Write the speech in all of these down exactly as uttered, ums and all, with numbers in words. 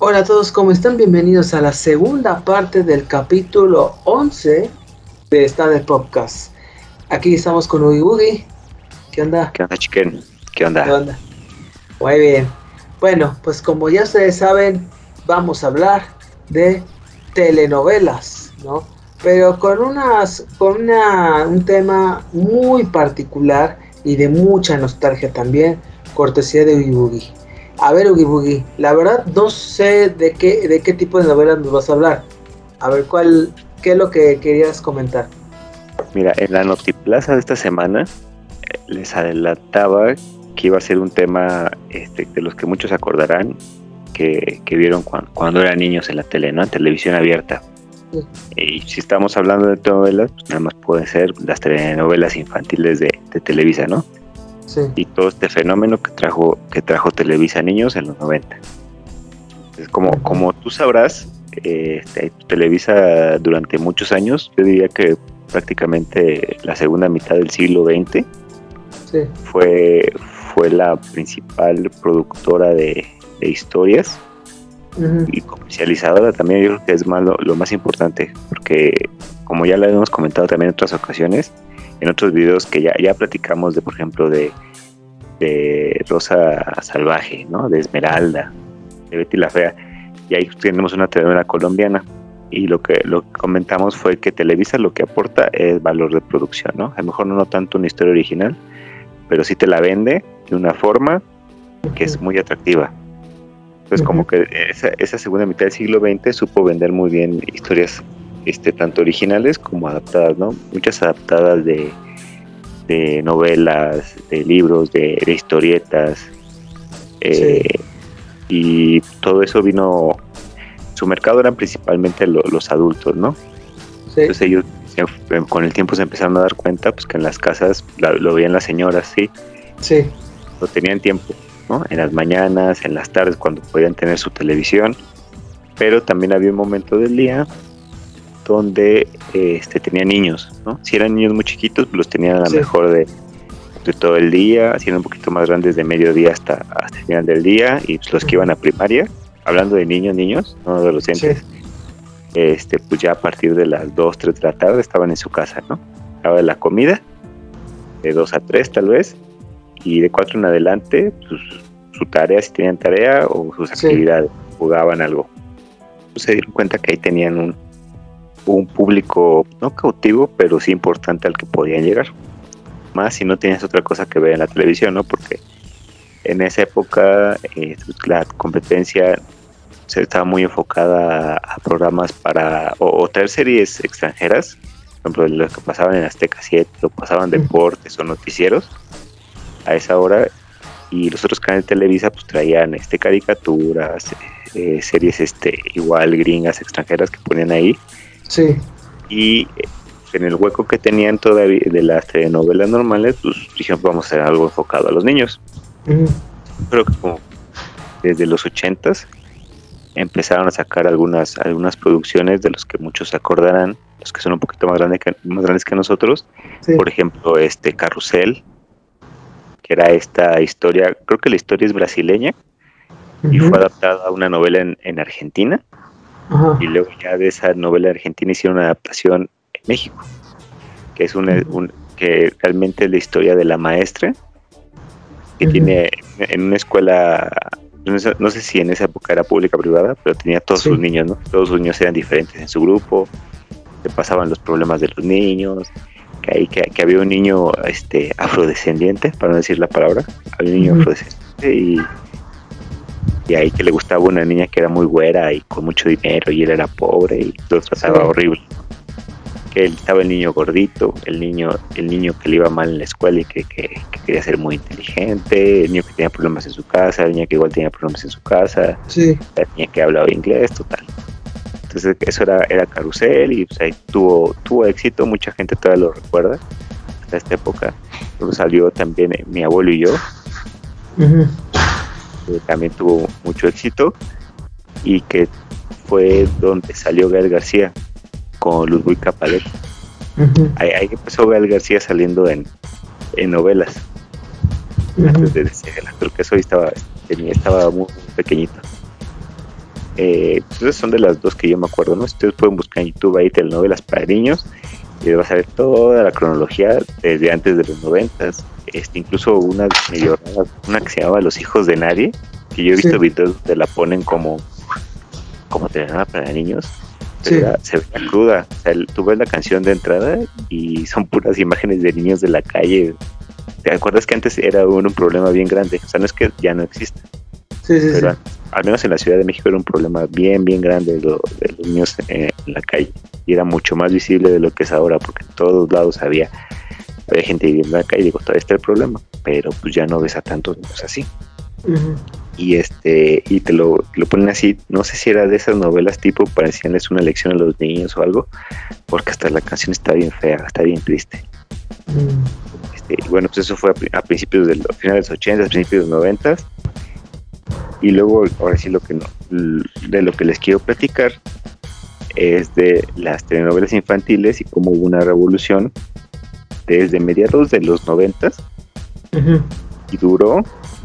Hola a todos, ¿cómo están? Bienvenidos a la segunda parte del capítulo once de esta de podcast. Aquí estamos con Ugi Boogie. ¿Qué onda? ¿Qué onda, chicken? ¿Qué onda? ¿Qué onda? Muy bien. Bueno, pues como ya ustedes saben, vamos a hablar de telenovelas, ¿no? Pero con unas, con una, un tema muy particular y de mucha nostalgia también, cortesía de Ugi Boogie. A ver, Ugi Boogie, la verdad no sé de qué, de qué tipo de novelas nos vas a hablar. A ver, ¿cuál, qué es lo que querías comentar? Mira, en la Notiplaza de esta semana eh, les adelantaba que iba a ser un tema este, de los que muchos acordarán que, que vieron cuando, cuando eran niños en la tele, ¿no? En televisión abierta. Sí. Y si estamos hablando de telenovelas, pues nada más pueden ser las telenovelas infantiles de, de Televisa, ¿no? Sí. Y todo este fenómeno que trajo que trajo Televisa a niños en los noventa. Entonces, como, uh-huh. como tú sabrás, eh, Televisa durante muchos años, yo diría que prácticamente la segunda mitad del siglo veinte, sí. fue, fue la principal productora de, de historias, uh-huh. y comercializadora también. Yo creo que es más lo, lo más importante, porque como ya lo hemos comentado también en otras ocasiones, en otros videos que ya, ya platicamos de, por ejemplo, de, de Rosa Salvaje, ¿no? De Esmeralda, de Betty la Fea, y ahí tenemos una telenovela colombiana, y lo que, lo que comentamos fue que Televisa lo que aporta es valor de producción, ¿no? A lo mejor no tanto una historia original, pero sí te la vende de una forma que es muy atractiva. Entonces, uh-huh. como que esa, esa segunda mitad del siglo veinte supo vender muy bien historias Este, tanto originales como adaptadas, ¿no? Muchas adaptadas de, de novelas, de libros, de, de historietas, eh, sí. Y todo eso vino, su mercado eran principalmente lo, los adultos, ¿no? Sí. Entonces ellos con el tiempo se empezaron a dar cuenta, pues que en las casas la, lo veían las señoras, sí, sí, lo tenían tiempo, ¿no? En las mañanas, en las tardes, cuando podían tener su televisión, pero también había un momento del día donde este, tenían niños, ¿no? Si eran niños muy chiquitos, pues los tenían a lo sí. mejor de, de todo el día, si eran un poquito más grandes de mediodía hasta, hasta el final del día, y pues los que iban a primaria, hablando de niños, niños, no adolescentes, sí. este, pues ya a partir de las dos, tres de la tarde estaban en su casa, ¿no? A la hora de la comida, de dos a tres tal vez, y de cuatro en adelante, pues, su tarea, si tenían tarea, o sus sí. actividades, jugaban algo. Pues se dieron cuenta que ahí tenían un un público no cautivo, pero sí importante al que podían llegar, más si no tienes otra cosa que ver en la televisión, ¿no? Porque en esa época eh, la competencia se estaba muy enfocada a, a programas para o, o traer series extranjeras, por ejemplo los que pasaban en Azteca siete o pasaban deportes o noticieros a esa hora, y los otros canales de Televisa pues traían este caricaturas, eh, series este igual gringas extranjeras que ponían ahí. Sí. Y en el hueco que tenían todavía de las telenovelas normales, pues dijeron, vamos a hacer algo enfocado a los niños. Uh-huh. Creo que como desde los ochentas empezaron a sacar algunas algunas producciones de los que muchos se acordarán, los que son un poquito más grandes que, más grandes que nosotros. Sí. Por ejemplo, este Carrusel, que era esta historia, creo que la historia es brasileña, uh-huh. y fue adaptada a una novela en, en Argentina. Ajá. Y luego ya de esa novela argentina hicieron una adaptación en México, que es una, un, que realmente es la historia de la maestra que uh-huh. tiene en una escuela, no sé, no sé si en esa época era pública o privada, pero tenía todos sí. sus niños, ¿no? Todos sus niños eran diferentes en su grupo, se pasaban los problemas de los niños, que, hay, que, que había un niño este afrodescendiente, para no decir la palabra, había un niño uh-huh. afrodescendiente y y ahí que le gustaba una niña que era muy güera y con mucho dinero, y él era pobre y lo trataba sí. horrible. Que él estaba el niño gordito, el niño el niño que le iba mal en la escuela y que, que, que quería ser muy inteligente, el niño que tenía problemas en su casa, la niña que igual tenía problemas en su casa, sí. la niña que hablaba inglés, total. Entonces eso era, era Carrusel, y pues ahí tuvo, tuvo éxito, mucha gente todavía lo recuerda hasta esta época. Luego salió también eh, Mi abuelo y yo. Uh-huh. También tuvo mucho éxito, y que fue donde salió Gael García con Ludwig Capalet. Uh-huh. ahí, ahí empezó Gael García saliendo en, en novelas, uh-huh. antes de decir el actor que soy estaba, tenía, estaba muy pequeñito. Eh, pues esas son de las dos que yo me acuerdo, ¿no? Ustedes pueden buscar en YouTube ahí telenovelas para niños y vas a ver toda la cronología desde antes de los noventas. Este, incluso una medio rara, una que se llama Los hijos de nadie, que yo he visto sí. videos donde la ponen como como telenovela para niños, pero sí. era, se ve cruda. O sea, tú ves la canción de entrada y son puras imágenes de niños de la calle. ¿Te acuerdas que antes era un, un problema bien grande? O sea, no es que ya no exista. Sí, sí, pero sí. Al menos en la Ciudad de México era un problema bien, bien grande de, lo, de los niños en, en la calle. Y era mucho más visible de lo que es ahora, porque en todos lados había, había gente viviendo en la calle. Digo, todavía está el problema, pero pues ya no ves a tantos niños así. Uh-huh. Y este y te lo, lo ponen así, no sé si era de esas novelas tipo para enseñarles una lección a los niños o algo, porque hasta la canción está bien fea, está bien triste. Uh-huh. Este, y bueno, pues eso fue a, a principios de los finales de los ochenta, principios de los noventa. Y luego, ahora sí, lo que no, de lo que les quiero platicar es de las telenovelas infantiles y cómo hubo una revolución desde mediados de los noventas uh-huh. y duró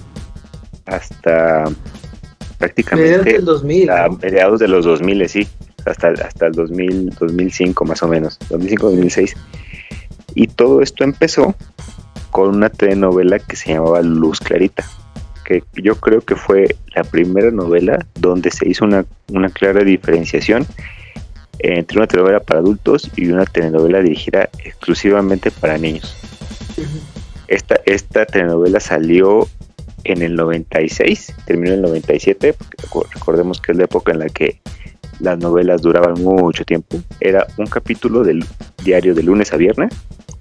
hasta prácticamente mediados del dos mil, a ¿no? mediados de los dos mil, sí, hasta, hasta el dos mil, dos mil cinco más o menos, dos mil cinco, dos mil seis. Y todo esto empezó con una telenovela que se llamaba Luz Clarita, que yo creo que fue la primera novela donde se hizo una, una clara diferenciación entre una telenovela para adultos y una telenovela dirigida exclusivamente para niños. Uh-huh. Esta, esta telenovela salió en el noventa y seis, terminó en el noventa y siete, porque recordemos que es la época en la que las novelas duraban mucho tiempo. Era un capítulo del diario de lunes a viernes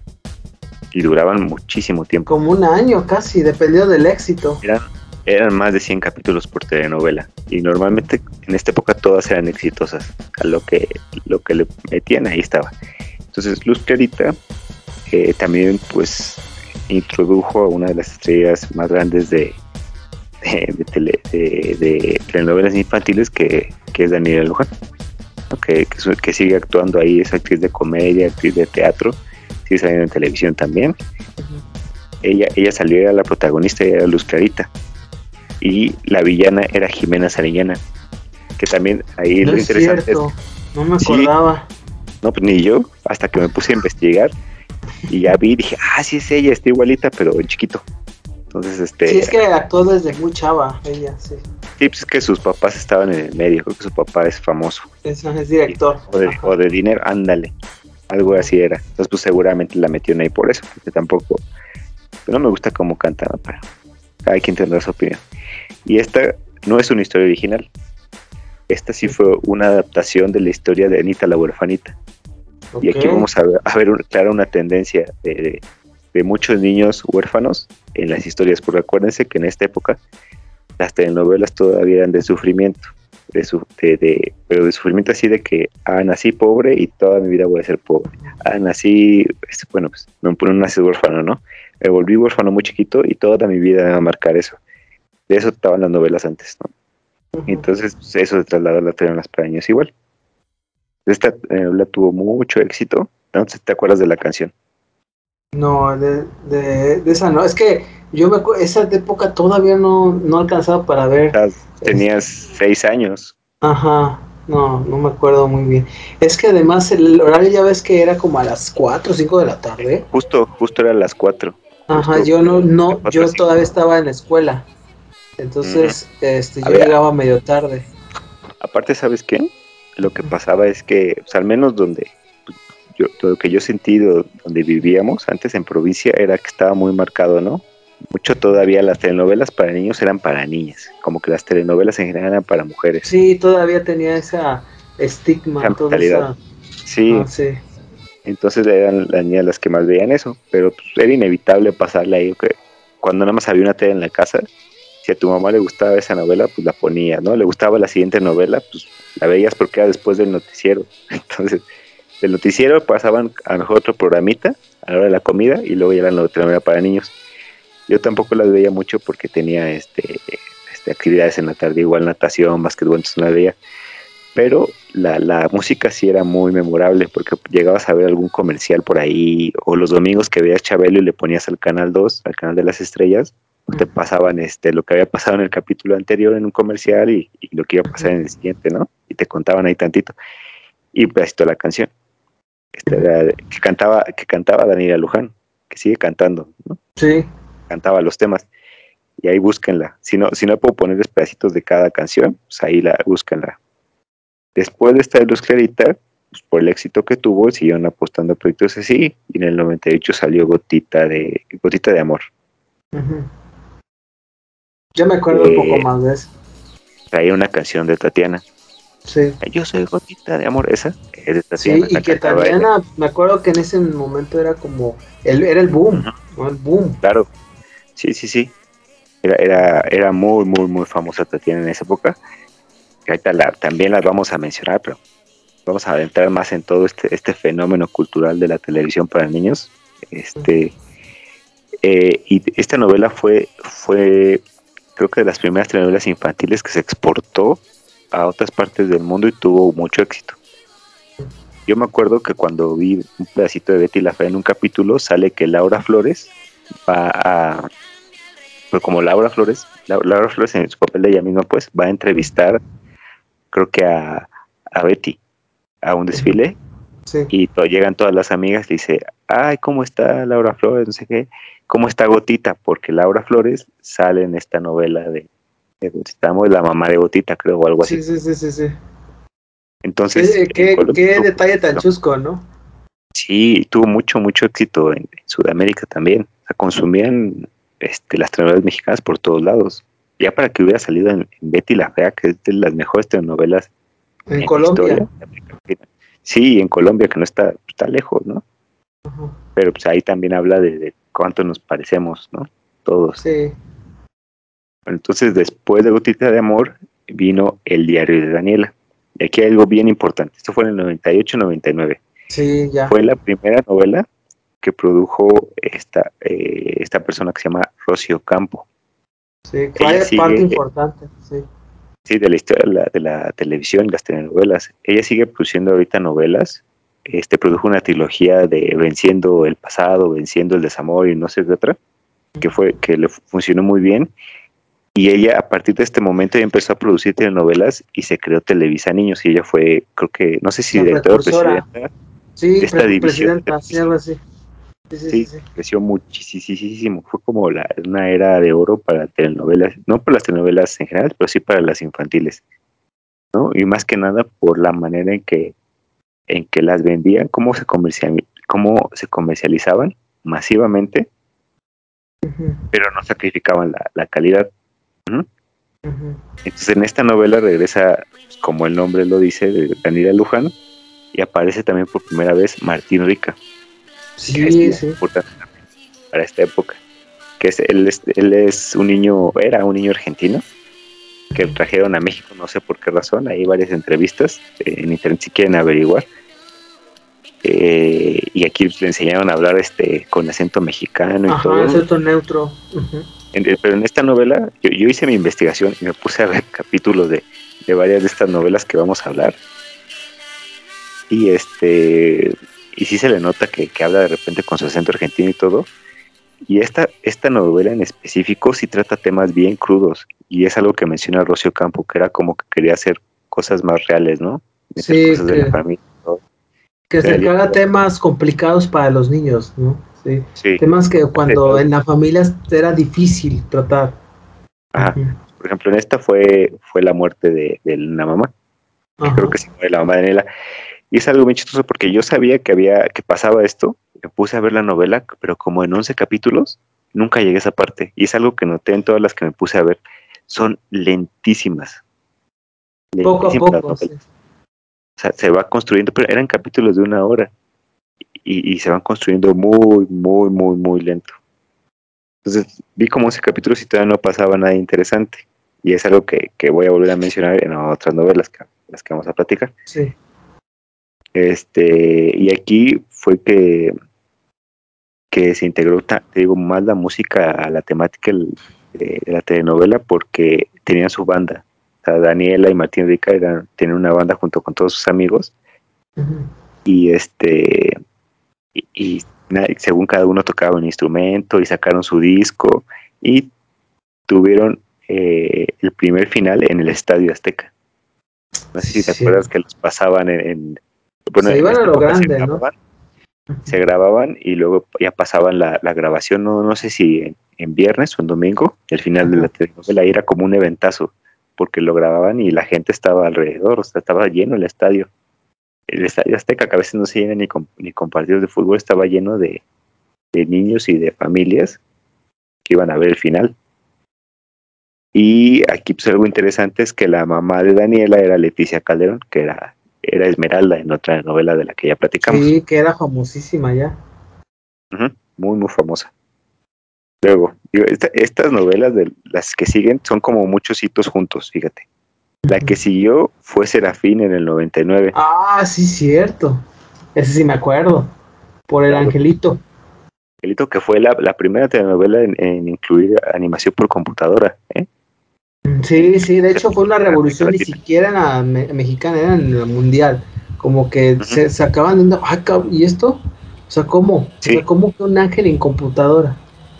y duraban muchísimo tiempo. Como un año casi, dependiendo del éxito. Eran, eran más de cien capítulos por telenovela y normalmente en esta época todas eran exitosas. A lo que, lo que le metían ahí estaba. Entonces Luz Clarita eh, también pues introdujo a una de las estrellas más grandes de, de, de, tele, de, de telenovelas infantiles que, que es Daniela Luján, ¿no? que, que, que sigue actuando ahí, es actriz de comedia, actriz de teatro, sigue saliendo en televisión también. Uh-huh. ella, ella salió, era la protagonista, era Luz Clarita y la villana era Jimena Sariñana, que también ahí no lo es interesante cierto. es, no me acordaba. Sí, no, pues ni yo, hasta que me puse a investigar y ya vi, dije, ah, sí es ella, está igualita, pero en chiquito. Entonces, este... Sí, es que actuó desde muy chava, ella, sí. Sí, pues es que sus papás estaban en el medio, creo que su papá es famoso. Es, es director. O de, o de dinero, ándale, algo así era. Entonces, pues seguramente la metieron ahí por eso, porque tampoco... Pero no me gusta cómo cantaba, pero cada quien tendrá su opinión. Y esta no es una historia original. Esta sí fue una adaptación de la historia de Anita la huerfanita. Okay. Y aquí vamos a ver, a ver claro, una tendencia de, de, de muchos niños huérfanos en las historias, porque acuérdense que en esta época las telenovelas todavía eran de sufrimiento, de, su, de, de, pero de sufrimiento así de que, ah, nací pobre y toda mi vida voy a ser pobre. Ah, nací, bueno, pues no, no nací huérfano, ¿no? Me volví huérfano muy chiquito y toda mi vida va a marcar eso. De eso estaban las novelas antes, ¿no? Uh-huh. Entonces, pues, eso se trasladó a las telenovelas para niños igual. Esta novela tuvo mucho éxito. ¿No te acuerdas de la canción? No, de, de, de esa no. Es que yo me acuerdo, esa época todavía no, no alcanzaba para ver. Tenías es... seis años. Ajá, no, no me acuerdo muy bien. Es que además el horario ya ves que era como a las cuatro o cinco de la tarde. Justo, justo era a las cuatro. Ajá, justo, yo no, no, yo todavía estaba en la escuela. Entonces, uh-huh. este, yo ver, llegaba medio tarde. Aparte, ¿sabes qué? Lo que pasaba es que, pues, al menos donde yo, lo que yo sentí donde vivíamos antes en provincia era que estaba muy marcado, ¿no? Mucho todavía las telenovelas para niños eran para niñas, como que las telenovelas en general eran para mujeres. Sí, todavía tenía esa estigma, esa toda esa... Sí. Ah, sí. Entonces eran las niñas las que más veían eso, pero pues, era inevitable pasarle ahí, que cuando nada más había una tele en la casa, si a tu mamá le gustaba esa novela, pues la ponía, ¿no? Le gustaba la siguiente novela, pues la veías porque era después del noticiero. Entonces, del noticiero pasaban a lo mejor otro programita a la hora de la comida y luego ya la telenovela para niños. Yo tampoco las veía mucho porque tenía este, este actividades en la tarde, igual natación, básquetbol, entonces no la veía. Pero la, la música sí era muy memorable porque llegabas a ver algún comercial por ahí, o los domingos que veías Chabelo y le ponías al canal dos, al canal de las estrellas, te pasaban este lo que había pasado en el capítulo anterior en un comercial y, y lo que iba a pasar en el siguiente, ¿no? Y te contaban ahí tantito. Y un pedacito de la canción. Esta era, que cantaba, que cantaba Daniela Luján, que sigue cantando, ¿no? Sí. Cantaba los temas. Y ahí búsquenla. Si no, si no puedo ponerles pedacitos de cada canción, pues ahí la búsquenla. Después de esta de Luz Clarita, pues por el éxito que tuvo, siguieron apostando a proyectos así, y en el noventa y ocho salió Gotita de Gotita de Amor. Uh-huh. Yo me acuerdo eh, un poco más de eso. Traía una canción de Tatiana. Sí. Yo soy Gotita de Amor, esa es de Tatiana. Sí, y que Tatiana, ella. Me acuerdo que en ese momento era como, el, era el boom, uh-huh. ¿no? El boom. Claro, sí, sí, sí. Era, era, era muy, muy, muy famosa Tatiana en esa época. Ahorita la, también las vamos a mencionar, pero vamos a adentrar más en todo este, este fenómeno cultural de la televisión para niños. Este, eh, y esta novela fue, fue, creo que de las primeras telenovelas infantiles que se exportó a otras partes del mundo y tuvo mucho éxito. Yo me acuerdo que cuando vi un pedacito de Betty la Fea en un capítulo, sale que Laura Flores va a... Pero como Laura Flores, Laura Flores en su papel de ella misma, pues, va a entrevistar, creo que a, a Betty, a un desfile, sí. Y to- llegan todas las amigas y dice, ay, ¿cómo está Laura Flores? No sé qué, ¿cómo está Gotita? Porque Laura Flores sale en esta novela de, de estamos la mamá de Gotita, creo, o algo sí, así. Sí, sí, sí, sí. Entonces, ¿Qué, qué, Colombia, qué detalle tan chusco, ¿no? Sí, tuvo mucho, mucho éxito en, en Sudamérica también. O sea, consumían este, las telenovelas mexicanas por todos lados. Ya para que hubiera salido en, en Betty la Fea, que es de las mejores telenovelas en, en Colombia. Historia. Sí, en Colombia, que no está, está lejos, ¿no? Uh-huh. Pero pues ahí también habla de, de cuánto nos parecemos, ¿no? Todos. Sí. Entonces, después de Gotita de Amor, vino El Diario de Daniela. Y aquí hay algo bien importante. Esto fue en el noventa y ocho noventa y nueve. Sí, ya. Fue la primera novela que produjo esta, eh, esta persona que se llama Rocío Campo. Sí, que hay parte importante, sí. Sí, de la historia de la, de la televisión, las telenovelas. Ella sigue produciendo ahorita novelas. Este produjo una trilogía de Venciendo el pasado, Venciendo el desamor y no sé qué otra, que fue que le funcionó muy bien. Y ella a partir de este momento ya empezó a producir telenovelas y se creó Televisa Niños y ella fue, creo que, no sé si la directora o presidenta sí, de esta pre- división. Presidenta, sí, algo así. Sí, sí, Sí, sí, sí. creció muchísimo. Fue como la, una era de oro para telenovelas, no por las telenovelas en general, pero sí para las infantiles, ¿no? Y más que nada por la manera en que en que las vendían, cómo se comercial, cómo se comercializaban masivamente, uh-huh. pero no sacrificaban la, la calidad. Uh-huh. Uh-huh. Entonces en esta novela regresa, como el nombre lo dice, de Daniela Luján, y aparece también por primera vez Martín Rica. Sí, es sí. importante para esta época. Que es, él, es, él es un niño, era un niño argentino, que trajeron a México, no sé por qué razón, hay varias entrevistas eh, en internet si quieren averiguar. Eh, y aquí le enseñaron a hablar este con acento mexicano y Ajá, todo. acento neutro. Uh-huh. En, pero en esta novela, yo, yo hice mi investigación y me puse a ver capítulos de, de varias de estas novelas que vamos a hablar. Y este y sí se le nota que, que habla de repente con su acento argentino y todo. Y esta, esta novela en específico sí trata temas bien crudos. Y es algo que menciona Rocío Campo, que era como que quería hacer cosas más reales, ¿no? Meter sí, cosas que, de la familia. ¿No? Que se haga temas complicados para los niños, ¿no? Sí. Sí. Temas que cuando en la familia era difícil tratar. Ajá. Uh-huh. Por ejemplo, en esta fue, fue la muerte de, de una mamá. Uh-huh. Creo que sí fue la mamá de Nela. Y es algo bien chistoso porque yo sabía que había, que pasaba esto. Me puse a ver la novela, pero como en once capítulos, nunca llegué a esa parte. Y es algo que noté en todas las que me puse a ver. Son lentísimas. Poco lentísimas a poco, sí. O sea, se va construyendo, pero eran capítulos de una hora. Y, y se van construyendo muy, muy, muy, muy lento. Entonces vi como ese capítulo y todavía no pasaba nada interesante. Y es algo que, que voy a volver a mencionar en otras novelas que, las que vamos a platicar. Sí. Este, y aquí fue que, que se integró, te digo, más la música a la temática de, de la telenovela porque tenían su banda. O sea, Daniela y Martín Rica eran, tenían una banda junto con todos sus amigos. Uh-huh. Y este y, y según cada uno tocaba un instrumento y sacaron su disco y tuvieron eh, el primer final en el Estadio Azteca. No sé si te Sí. acuerdas que los pasaban en... en bueno, Se en iban esta a lo época se grande, ¿no? grababan, se grababan y luego ya pasaban la, la grabación, no, no sé si en, en viernes o en domingo, el final de la Ajá. telenovela era como un eventazo, porque lo grababan y la gente estaba alrededor, o sea, estaba lleno el estadio. El Estadio Azteca, que a veces no se llena ni con, ni con partidos de fútbol, estaba lleno de, de niños y de familias que iban a ver el final. Y aquí pues algo interesante es que la mamá de Daniela era Leticia Calderón, que era, era Esmeralda en otra novela de la que ya platicamos. Sí, que era famosísima ya. Uh-huh, muy, muy famosa. Luego, digo, esta, estas novelas de las que siguen son como muchos hitos juntos, fíjate. La que siguió fue Serafín en el noventa y nueve. Ah, sí, cierto. Ese sí me acuerdo. Por el Claro, angelito. el hito que fue la, la primera telenovela en, en incluir animación por computadora, ¿eh? Sí, sí, de hecho fue una En América revolución ni Latina. siquiera en la me- mexicana, era en el mundial. Como que Uh-huh. se sacaban de onda, "Ah, cab- ¿y esto? O sea, ¿cómo? O Sí, sea, ¿cómo que un ángel en computadora?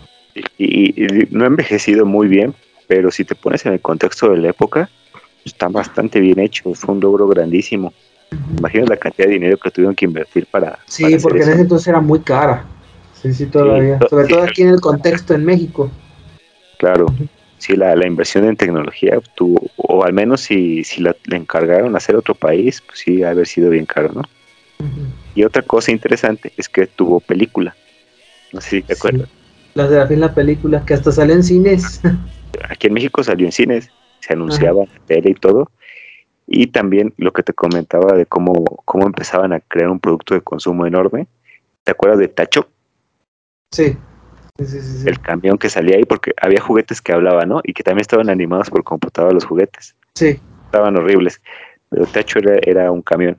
y, y no ha envejecido muy bien, pero si te pones en el contexto de la época, está bastante bien hecho, fue un logro grandísimo. Imagina la cantidad de dinero que tuvieron que invertir para, para Sí, hacer porque en eso, ese ¿no? entonces era muy cara. Sí, sí, Sí, todavía. to- Sobre sí, todo aquí en el contexto en México. claro. Sí, la, la inversión en tecnología tuvo, o al menos si, si la, le encargaron hacer otro país, pues sí, ha haber sido bien caro, ¿no? Y otra cosa interesante es que tuvo película. No sé si te Sí. acuerdas. Las de la fin la película, que hasta sale en cines. Aquí en México salió en cines, se Ajá. anunciaba en la tele y todo. Y también lo que te comentaba de cómo, cómo empezaban a crear un producto de consumo enorme. ¿Te acuerdas de Tacho? Sí. Sí, sí, sí, sí. El camión que salía ahí, porque había juguetes que hablaban, ¿no? Y que también estaban animados por computadora los juguetes. Sí. Estaban horribles. Pero Tacho era, era un camión.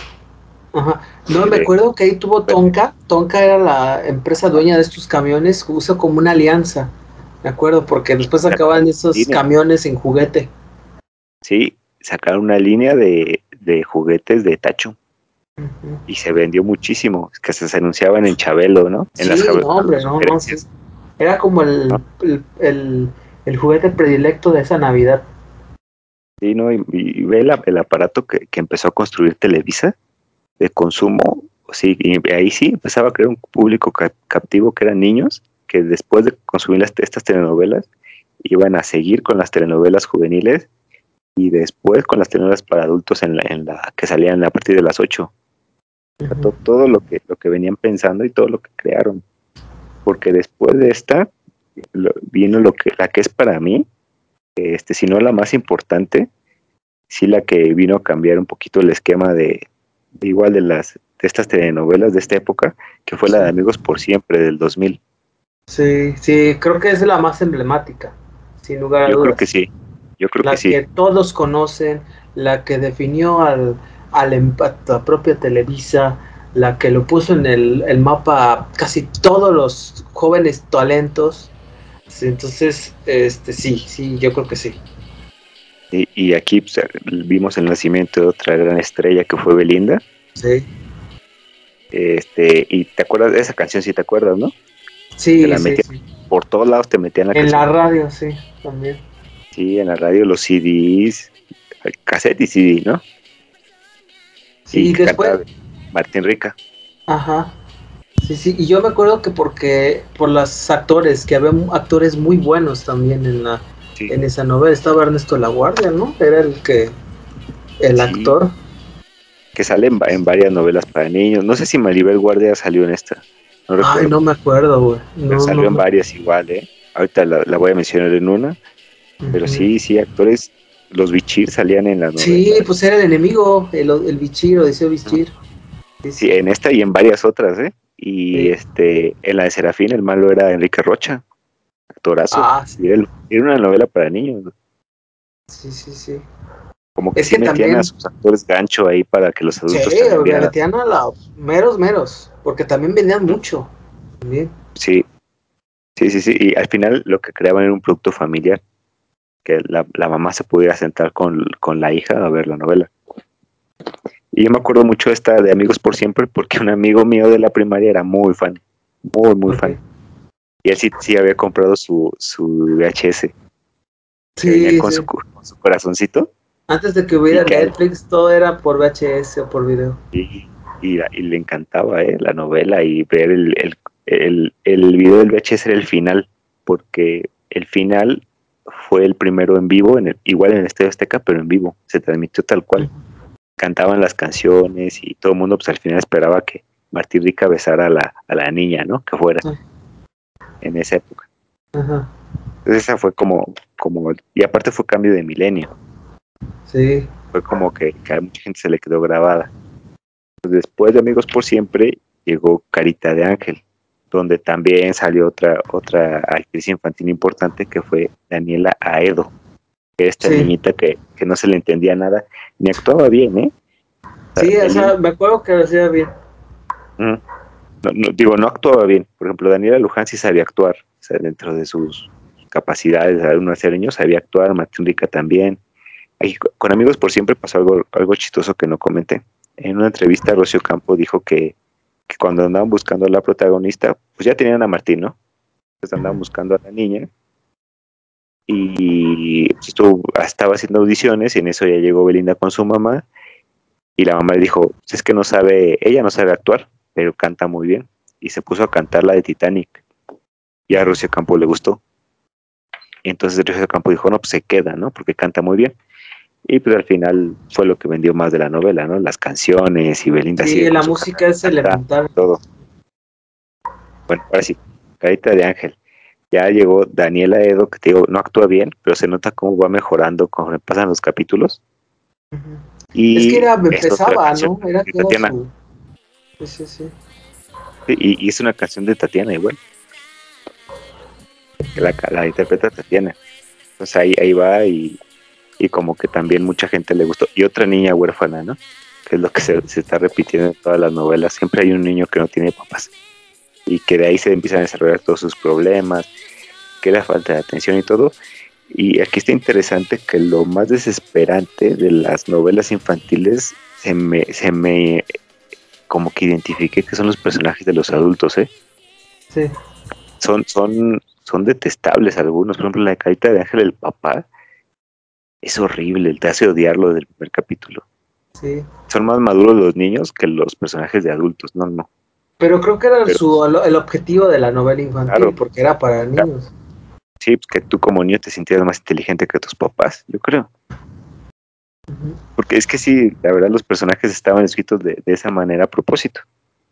Ajá. No, me De, acuerdo que ahí tuvo Tonka. Tonka era la empresa dueña de estos camiones. Usó como una alianza. Me acuerdo, porque después sacaron sacaban una esos línea, camiones en juguete. sí, sacaron una línea de, de juguetes de Tacho. Ujú. Y se vendió muchísimo, que se anunciaban en Chabelo, ¿no? En las, Sí, no, hombre, las no, no, sí. conferencias, Era como el, ¿no? el, el, el juguete predilecto de esa Navidad. Sí, ¿no? Y, y ve la, el aparato que, que empezó a construir Televisa de consumo, sí, y ahí sí empezaba a crear un público ca- captivo que eran niños, que después de consumir las, estas telenovelas, iban a seguir con las telenovelas juveniles y después con las telenovelas para adultos en la, en la que salían a partir de las ocho. O sea, Ujú. to, todo lo que, lo que venían pensando y todo lo que crearon. Porque después de esta, lo, vino lo que, la que es para mí, este, si no la más importante, sí la que vino a cambiar un poquito el esquema de, de igual de las de estas telenovelas de esta época, que fue la de Sí. Amigos por Siempre del dos mil. Sí, sí, creo que es la más emblemática, sin lugar a Yo creo que dudas. sí, yo creo que La sí. que todos conocen, la que definió al, al em- a la propia Televisa, la que lo puso en el, el mapa a casi todos los jóvenes talentos. Sí, entonces, este, sí, sí, yo creo que sí. Y, y aquí pues, vimos el nacimiento de otra gran estrella que fue Belinda. Sí, Este, y te acuerdas de esa canción, si te acuerdas, ¿no? Te sí, la sí, metían sí. por todos lados, te metían la En la canción. radio, sí, también. Sí, en la radio, los C Ds, cassette y C D, ¿no? Sí, Y y que después, cantaba Martín Rica. ajá. Sí, sí, y yo me acuerdo que porque por los actores, que había actores muy buenos también en la Sí, en esa novela, estaba Ernesto Laguardia, ¿no? Era el que el sí, actor. que sale en, en varias novelas para niños. No sé si Maribel Guardia salió en esta, no Ay, recuerdo, no me acuerdo, güey. pero No, no salió en me. varias igual, ¿eh? Ahorita la, la voy a mencionar en una, pero Ujú. sí, sí, actores, los Bichir salían en las Sí, novelas. pues era el enemigo, el, el Bichir, Odiseo Bichir. Sí, Sí, sí. en esta y en varias otras, ¿eh? Y Sí. este, en la de Serafín, el malo era Enrique Rocha, actorazo. Ah, Y sí, era, era una novela para niños, sí, sí, sí. como que Es sí que metían a también, sus actores gancho ahí para que los sí, adultos también me vieran. metían a los meros, meros, porque también vendían mucho. También. Sí, sí, sí, sí. Y al final lo que creaban era un producto familiar, que la, la mamá se pudiera sentar con, con la hija a ver la novela. Y yo me acuerdo mucho de esta de Amigos por Siempre porque un amigo mío de la primaria era muy fan, muy, muy Ok. fan. Y él sí, sí había comprado su, su V H S. que venía Sí, con, sí. su, con su corazoncito. Antes de que hubiera Y que- Netflix, todo era por V H S o por video. Y, y, y le encantaba ¿eh? la novela y ver el, el, el, el video del V H S era el final, porque el final fue el primero en vivo, en el, igual en el Estadio Azteca, pero en vivo, se transmitió tal cual. Ujú. Cantaban las canciones y todo el mundo pues al final esperaba que Martí Rica besara a la, a la niña, ¿no? Que fuera Sí. en esa época. Ajá. Entonces esa fue como, como, y aparte fue cambio de milenio, Sí. fue como que, que a mucha gente se le quedó grabada. Después de Amigos por Siempre llegó Carita de Ángel, donde también salió otra otra actriz infantil importante que fue Daniela Aedo, que era esta Sí. niñita que, que no se le entendía nada, ni actuaba bien, ¿eh? O sea, Sí, o sea, Belinda, me acuerdo que lo hacía bien. mm, no, no, digo, no actuaba bien. Por ejemplo, Daniela Luján sí sabía actuar, o sea, dentro de sus capacidades, de unos años sabía actuar, Martín Rica también. Ahí, con Amigos por Siempre pasó algo, algo chistoso que no comenté. En una entrevista, Rocío Campo dijo que que cuando andaban buscando a la protagonista, pues ya tenían a Martín, ¿no? Entonces andaban buscando a la niña y pues, estuvo, estaba haciendo audiciones y en eso ya llegó Belinda con su mamá y la mamá le dijo, pues es que no sabe, ella no sabe actuar, pero canta muy bien. Y se puso a cantar la de Titanic y a Rocío Campo le gustó. Y entonces Rocío Campo dijo, no, pues se queda, ¿no? Porque canta muy bien. Y pues al final fue lo que vendió más de la novela, ¿no? Las canciones y Belinda Sí, sigue con la su música es cantando elemental. todo. Bueno, ahora sí, Carita de Ángel. Ya llegó Daniela Edo, que te digo, no actúa bien, pero se nota cómo va mejorando conforme pasan los capítulos. Ujú. Es que Y era, es otra empezaba, canción ¿no? Era de que era Tatiana. su. Sí, sí, sí. Y, y es una canción de Tatiana igual, que la, la interpreta Tatiana. Entonces ahí, ahí va y, y como que también mucha gente le gustó. Y otra niña huérfana, ¿no? Que es lo que se, se está repitiendo en todas las novelas. Siempre hay un niño que no tiene papás. Y que de ahí se empiezan a desarrollar todos sus problemas, que la falta de atención y todo. Y aquí está interesante que lo más desesperante de las novelas infantiles se me, se me como que identifique que son los personajes de los adultos, ¿eh? Sí. Son, son, son detestables algunos. Por ejemplo, la Carita de Ángel, el papá, es horrible, te hace odiarlo desde el primer capítulo. Sí. Son más maduros los niños que los personajes de adultos, no, no. Pero creo que era Pero su, el objetivo de la novela infantil, claro, porque era para claro, niños. sí, pues que tú como niño te sintieras más inteligente que tus papás, yo creo. Ujú. Porque es que sí, la verdad los personajes estaban escritos de, de esa manera a propósito.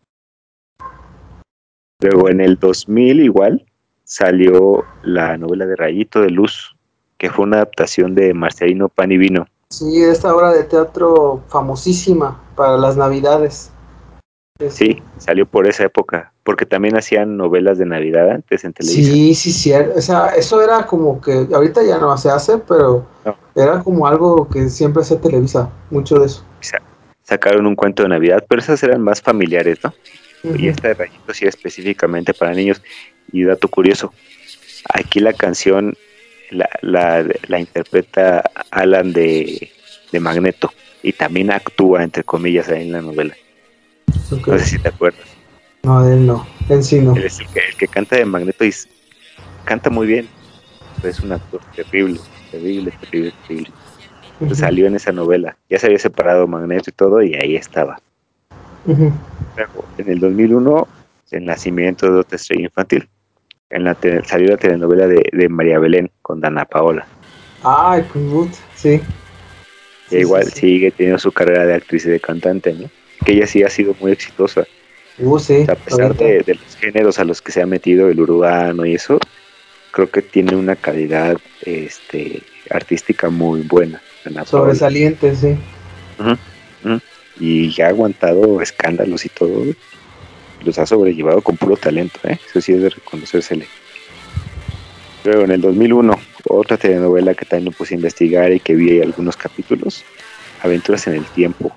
Luego en el dos mil igual salió la novela de Rayito de Luz, que fue una adaptación de Marcelino Pan y Vino. Sí, esta obra de teatro famosísima para las navidades. Ese. Sí, salió por esa época, porque también hacían novelas de Navidad antes en Televisa. Sí, sí, sí. O sea, eso era como que ahorita ya no se hace, pero No, era como algo que siempre se televisa, mucho de eso. sa- sacaron un cuento de Navidad, pero esas eran más familiares, ¿no? Y Ujú. esta de Rayito sí era específicamente para niños. Y dato curioso, aquí la canción la, la, la interpreta Alan de, de Magneto y también actúa, entre comillas, ahí en la novela. Ok. No sé si te acuerdas. No, él no, él sí no. Él es el que, el que canta de Magneto y s- canta muy bien, pero es un actor terrible, terrible, terrible, terrible. Entonces Ujú. salió en esa novela. Ya se había separado Magneto y todo y ahí estaba. Ujú. Luego, en el dos mil uno, el nacimiento de otra estrella infantil. En la te- salió la telenovela de, de María Belén con Dana Paola. Ay, Kunmut, sí, Que sí, sí, igual sí. sigue teniendo su carrera de actriz y de cantante, ¿no? Que ella sí ha sido muy exitosa. Uh, O sí, sea, a pesar ahorita. de, de los géneros a los que se ha metido, el urbano y eso, creo que tiene una calidad este, artística muy buena, Ana Paola. Sobresaliente, sí. Ujú, ujú. Y ha aguantado escándalos y todo, los ha sobrellevado con puro talento, ¿eh? Eso sí es de reconocérsele. Luego, en el dos mil uno, otra telenovela que también me puse a investigar y que vi algunos capítulos, Aventuras en el Tiempo,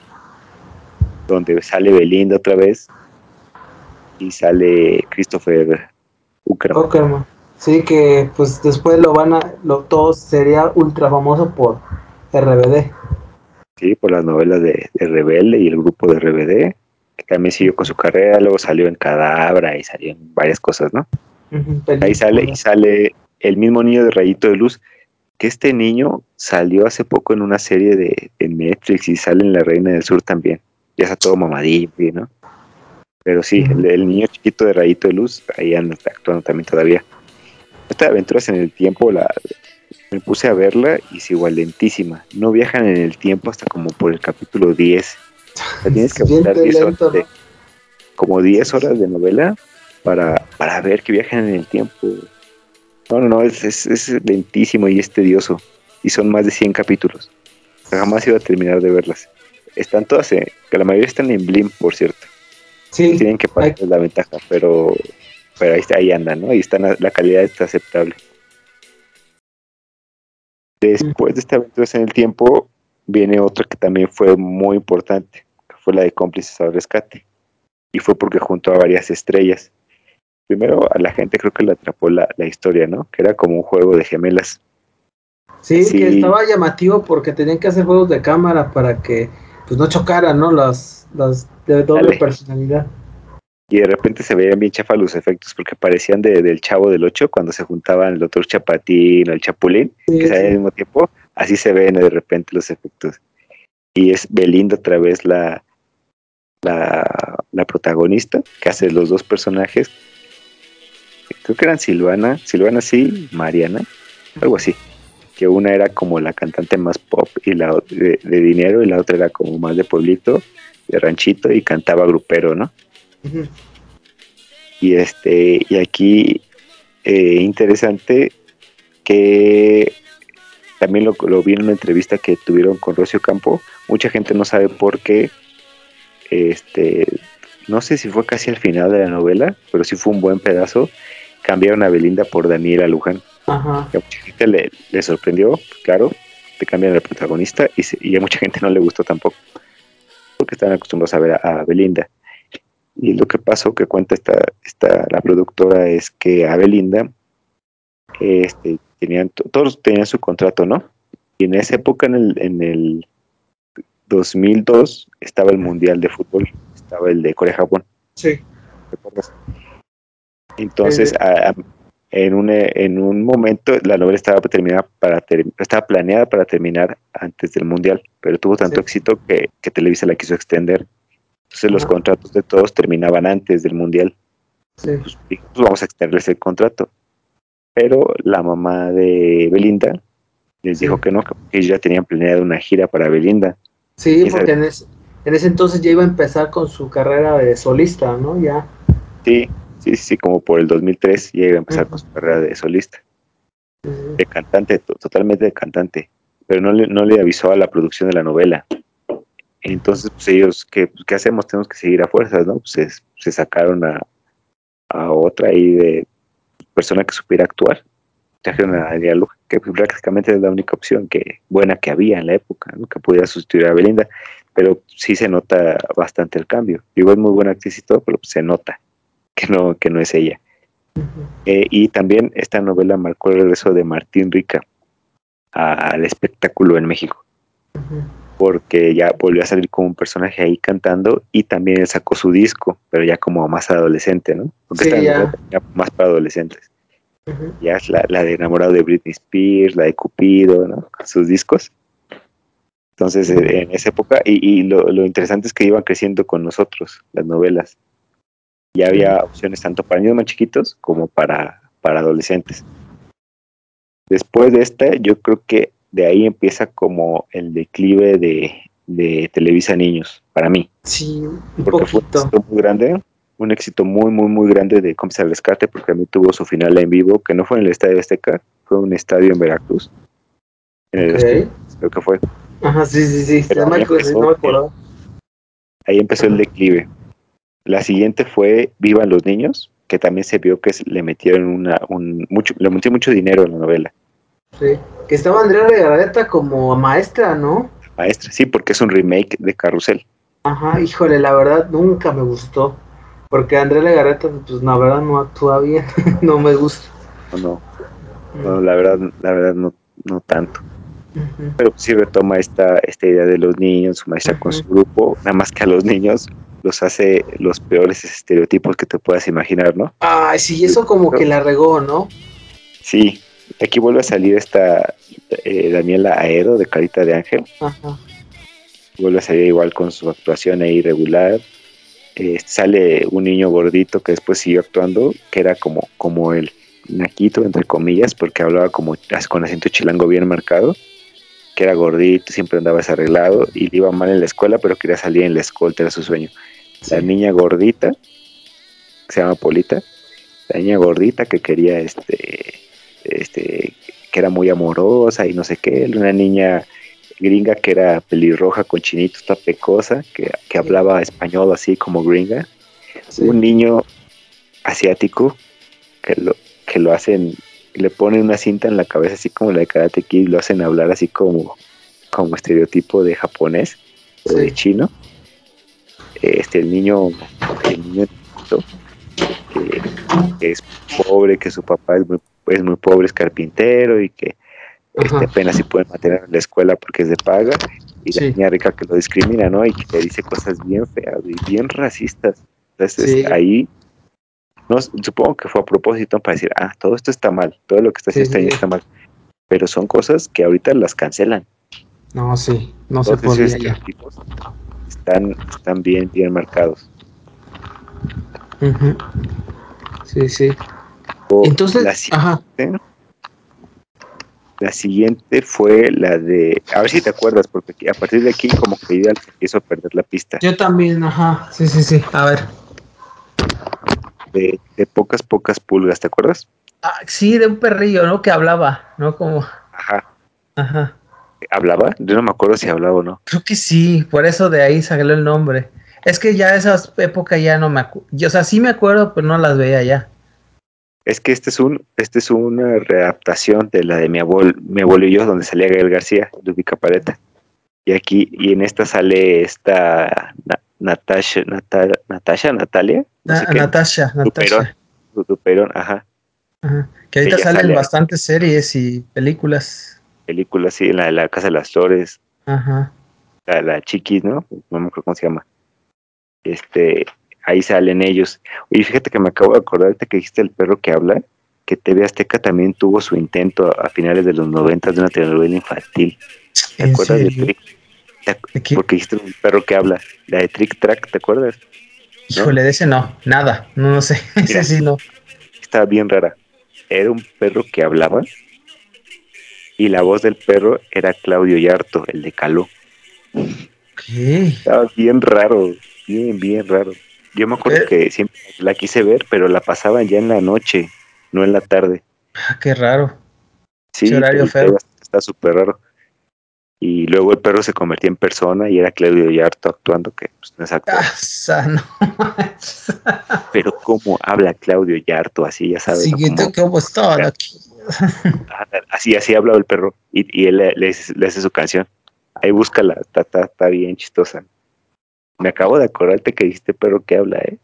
donde sale Belinda otra vez y sale Christopher Uckerman. Ockerman. Sí, que pues después lo van a, lo, todo sería ultra famoso por R B D. Sí, por las novelas de, de Rebelde y el grupo de R B D, que también siguió con su carrera, luego salió en Cadabra y salió en varias cosas, ¿no? Ujú, Ahí sale y película. sale el mismo niño de Rayito de Luz, que este niño salió hace poco en una serie de, de Netflix y sale en La Reina del Sur también. Ya está todo mamadillo, ¿no? Pero sí, uh-huh. el, el niño chiquito de Rayito de Luz, ahí anda actuando también todavía. Esta de Aventuras en el Tiempo, la, me puse a verla y es igual lentísima. No viajan en el tiempo hasta como por el capítulo diez. O sea, tienes que aguantar diez horas de, como diez horas de novela para, para ver que viajan en el tiempo. No, no, no, es, es, es lentísimo y es tedioso. Y son más de cien capítulos. Jamás iba a terminar de verlas. Están todas, eh, que la mayoría están en Blim, por cierto. Sí. Tienen que pagar la ventaja, pero, pero ahí, ahí andan, ¿no? Y están, la calidad está aceptable. Después de esta aventura en el tiempo, viene otra que también fue muy importante, que fue la de Cómplices al Rescate. Y fue porque juntó a varias estrellas. Primero, a la gente creo que le atrapó la, la historia, ¿no? Que era como un juego de gemelas. Sí, sí, que estaba llamativo porque tenían que hacer juegos de cámara para que pues no chocaran, ¿no? Las, las de doble Dale. personalidad. Y de repente se veían bien chafas los efectos porque parecían de, del Chavo del Ocho cuando se juntaban el doctor Chapatín o el Chapulín, sí, que salían sí. al mismo tiempo. Así se ven de repente los efectos. Y es Belinda otra vez la, la, la protagonista, que hace los dos personajes. Creo que eran Silvana, Silvana sí, Mariana, algo así. Que una era como la cantante más pop y la de, de dinero, y la otra era como más de pueblito, de ranchito, y cantaba grupero, ¿no? Uh-huh. Y este, y aquí eh, interesante que también lo, lo vi en una entrevista que tuvieron con Rocío Campo. Mucha gente no sabe por qué, este, no sé si fue casi al final de la novela, pero sí fue un buen pedazo. Cambiaron a Belinda por Daniela Luján. Ajá. Que a mucha gente le, le sorprendió, claro, te cambian al protagonista y, se, y a mucha gente no le gustó tampoco, porque estaban acostumbrados a ver a, a Belinda. Y lo que pasó, que cuenta esta, esta la productora, es que a Belinda este, tenían, todos tenían su contrato, ¿no? Y en esa época, en el, en el dos mil dos, estaba el Mundial de Fútbol, estaba el de Corea-Japón. Sí. ¿Recuerdas? Entonces, a, a, en, un, en un momento, la novela estaba, terminada para ter, estaba planeada para terminar antes del Mundial, pero tuvo tanto sí. éxito que, que Televisa la quiso extender. Entonces Ajá. los contratos de todos terminaban antes del Mundial. Sí. Pues, pues vamos a extenderles el contrato. Pero la mamá de Belinda les sí. dijo que no, que ellos ya tenían planeada una gira para Belinda. Sí, porque en ese, en ese entonces ya iba a empezar con su carrera de solista, ¿no? Ya. Sí, sí, sí, como por el dos mil tres ya iba a empezar uh-huh. con su carrera de solista. Uh-huh. De cantante, to- totalmente de cantante. Pero no le, no le avisó a la producción de la novela. Entonces, pues ellos, ¿qué, ¿qué hacemos? Tenemos que seguir a fuerzas, ¿no? Pues se, se sacaron a, a otra ahí de persona que supiera actuar. Trajeron a Daniela Luján, que pues, prácticamente es la única opción que buena que había en la época, ¿no? Que pudiera sustituir a Belinda. Pero sí se nota bastante el cambio. Digo, es muy buena actriz y todo, pero pues, se nota que no, que no es ella. Uh-huh. Eh, y también esta novela marcó el regreso de Martín Rica al espectáculo en México. Uh-huh. Porque ya volvió a salir como un personaje ahí cantando y también sacó su disco, pero ya como más adolescente, ¿no? Porque sí, esta ya. novela ya más para adolescentes. Uh-huh. Ya es la, la de Enamorado de Britney Spears, la de Cupido, ¿no? Sus discos. Entonces, uh-huh. en esa época, y, y lo, lo interesante es que iban creciendo con nosotros, las novelas. Ya había uh-huh. opciones tanto para niños más chiquitos como para, para adolescentes. Después de esta, yo creo que de ahí empieza como el declive de, de Televisa Niños, para mí. Sí, un porque poquito. Fue un éxito muy grande, un éxito muy, muy, muy grande de Cómplices al Rescate, porque a mí tuvo su final en vivo, que no fue en el Estadio Azteca, fue un estadio en Veracruz. En el okay. Azteca, creo que fue. Ajá, sí, sí, sí, Pero no, ahí, me empezó, no me acuerdo. Ahí empezó Ajá. el declive. La siguiente fue Vivan los Niños, que también se vio que le metieron una, un, mucho, le metieron mucho dinero en la novela. Sí, que estaba Andrea Legarreta como maestra, ¿no? Maestra, sí, porque es un remake de Carrusel. Ajá, híjole, la verdad nunca me gustó, porque Andrea Legarreta, pues la verdad no actúa bien, no me gusta. No, no, no, la verdad, la verdad no, no tanto. Uh-huh. Pero sí retoma esta, esta idea de los niños, su maestra uh-huh. con su grupo, nada más que a los niños los hace los peores estereotipos que te puedas imaginar, ¿no? Ay, sí, eso como que la regó, ¿no? Sí, Aquí vuelve a salir esta eh, Daniela Aedo de Carita de Ángel. Ajá. Vuelve a salir igual con su actuación ahí regular. Eh, sale un niño gordito que después siguió actuando, que era como, como el naquito, entre comillas, porque hablaba como con acento chilango bien marcado, que era gordito, siempre andaba desarreglado y le iba mal en la escuela, pero quería salir en la escolta, era su sueño. Sí. La niña gordita, que se llama Polita, la niña gordita que quería, este, este, que era muy amorosa y no sé qué, una niña gringa que era pelirroja con chinitos, toda pecosa, que, que hablaba español así como gringa, sí. Un niño asiático que lo, que lo hacen, le ponen una cinta en la cabeza así como la de Karate Kid, lo hacen hablar así como, como estereotipo de japonés, sí. O de chino. Este, el niño, el niño que, que es pobre, que su papá es muy, es muy pobre, es carpintero y que este, apenas si pueden mantener en la escuela porque es de paga, y sí. La niña rica que lo discrimina, ¿no? Y que le dice cosas bien feas y bien racistas. Entonces sí. Ahí no, supongo que fue a propósito para decir, ah, todo esto está mal, todo lo que está haciendo sí, este año sí. Está mal, pero son cosas que ahorita las cancelan. No, sí, no Entonces, se podía esos ya. Están, están bien, bien marcados. Uh-huh. Sí, sí. O Entonces, la siguiente, ajá. La siguiente fue la de, a ver si te acuerdas, porque a partir de aquí como que ya empiezo a perder la pista. Yo también, ajá, sí, sí, sí, a ver. De, de pocas, pocas pulgas, ¿te acuerdas? Ah, sí, de un perrillo, ¿no? Que hablaba, ¿no? Como... Ajá. Ajá. ¿Hablaba? Yo no me acuerdo si hablaba o no. Creo que sí, por eso de ahí salió el nombre. Es que ya esas épocas ya no me acuerdo. O sea, sí me acuerdo, pero no las veía ya. Es que este es un, este es una readaptación de la de mi abuelo, mi abuelo y yo, donde salía Gael García, Ludwika Paleta. Y aquí, y en esta sale esta na, Natasha, Nata, Natasha, Natalia, no sé Na, Natasha, Natasha. Duperón, ajá. Ajá. Que ahorita salen sale bastantes series y películas. Películas, sí, la de la Casa de las Flores. Ajá. La, la Chiquis, ¿no? No me acuerdo cómo se llama. Este, ahí salen ellos. Oye, fíjate que me acabo de acordar que dijiste el perro que habla, que T V Azteca también tuvo su intento a finales de los noventas de una telenovela infantil. ¿Te ¿En acuerdas serio? de Trick? Porque dijiste un perro que habla, la de Trick Track, ¿te acuerdas? Híjole, ¿no? De ese no, nada, no, no sé, Mira, ese sí no. Estaba bien rara. Era un perro que hablaba y la voz del perro era Claudio Yarto, el de Caló. ¿Qué? Estaba bien raro, bien, bien raro. Yo me acuerdo pero... que siempre la quise ver, pero la pasaban ya en la noche, no en la tarde. Ah, qué raro. Sí, ese horario feo. Está súper raro. Y luego el perro se convertía en persona y era Claudio Yarto actuando, que pues, no es actor. Ah, no. Pero cómo habla Claudio Yarto, así ya sabes. Sí, ¿no? ¿Cómo, ¿cómo está aquí? Así, así habla el perro y, y él le, le, le hace su canción. Ahí búscala, está, está, está bien chistosa. Me acabo de acordarte que dijiste perro que habla, ¿eh?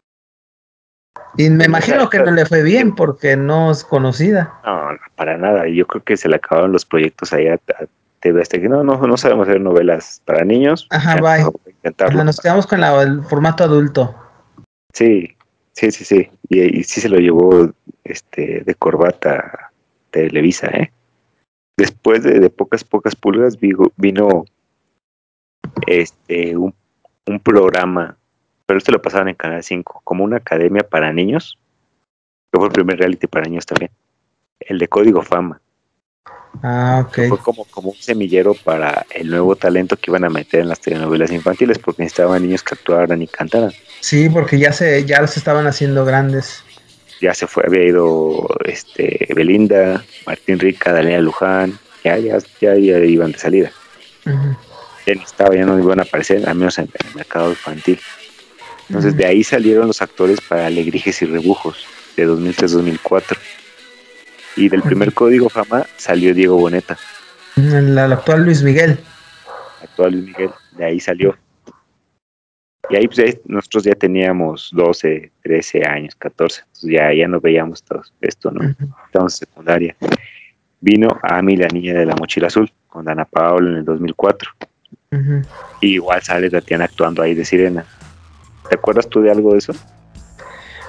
Y me imagino que no le fue bien porque no es conocida. No, no, para nada. Yo creo que se le acabaron los proyectos allá a T V Azteca. No, no, no sabemos hacer novelas para niños. Ajá, bye. Ajá, nos quedamos con la, el formato adulto. Sí, sí, sí, sí. Y, y sí se lo llevó este de corbata Televisa, ¿eh? Después de, de pocas, pocas pulgas vino, vino este un, un programa, pero esto lo pasaban en Canal cinco, como una academia para niños, que fue el primer reality para niños también, el de Código Fama. Ah, ok. Fue como, como un semillero para el nuevo talento que iban a meter en las telenovelas infantiles, porque necesitaban niños que actuaran y cantaran. Sí, porque ya se, ya los estaban haciendo grandes. Ya se fue, había ido este Belinda, Martín Rica, Daniela Luján, ya, ya, ya, ya iban de salida. Uh-huh. Ya ni estaba, ya no iban a aparecer, al menos en, en el mercado infantil. Entonces uh-huh. De ahí salieron los actores para Alebrijes y Rebujos, de dos mil tres a dos mil cuatro. Y del primer uh-huh. Código Fama salió Diego Boneta. El, el actual Luis Miguel. Actual Luis Miguel, de ahí salió. Y ahí pues ahí nosotros ya teníamos doce, trece años, catorce, entonces ya, ya no veíamos todo esto, ¿no? Uh-huh. Estábamos en secundaria. Vino Ami, la niña de la mochila azul, con Dana Paola en el dos mil cuatro. Uh-huh. Y igual sale Tatiana actuando ahí de sirena. ¿Te acuerdas tú de algo de eso?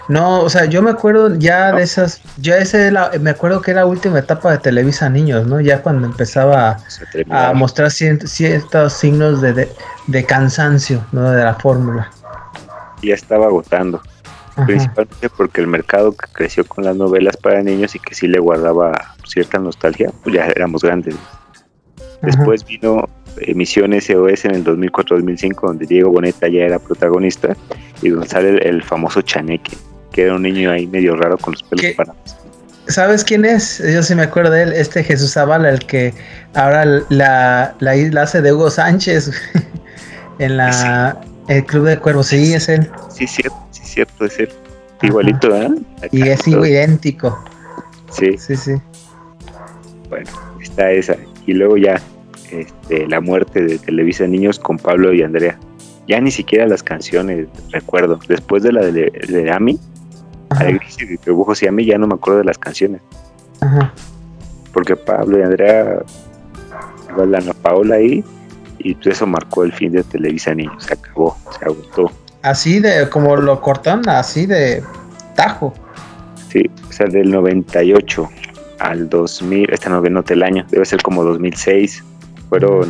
No, o sea, yo me acuerdo ya ¿no? de esas, ya ese la, me acuerdo que era la última etapa de Televisa Niños, ¿no? Ya cuando empezaba Se a, a terminar. mostrar cien- ciertos signos de, de, de cansancio, ¿no? De la fórmula. Ya estaba agotando. Ajá, Principalmente porque el mercado que creció con las novelas para niños y que sí le guardaba cierta nostalgia, pues ya éramos grandes. ajá. Después vino Emisión S O S en el dos mil cuatro dos mil cinco, donde Diego Boneta ya era protagonista y donde sale el, el famoso Chaneque, que era un niño ahí medio raro con los pelos ¿Qué? parados. ¿Sabes quién es? Yo sí me acuerdo de él, este Jesús Zavala, el que ahora la, la isla hace de Hugo Sánchez en Sí, la el Club de Cuervos, sí, sí, es él. sí, es cierto, sí, es cierto, es él. Ajá. Igualito, ¿eh? Y Acá y es todo. idéntico. Sí, Sí, sí. bueno, está esa. Y luego ya este, la muerte de Televisa Niños con Pablo y Andrea. Ya ni siquiera las canciones recuerdo. Después de la de, de Ami, Ajá, Alegría y Dibujos y Ami, ya no me acuerdo de las canciones. ajá. Porque Pablo y Andrea, igual Ana Paola ahí, y pues eso marcó el fin de Televisa Niños. Se acabó, se agotó. Así de, como lo cortan, así de tajo. Sí, o sea, del noventa y ocho al dos mil, esta no nota el año, debe ser como dos mil seis, fueron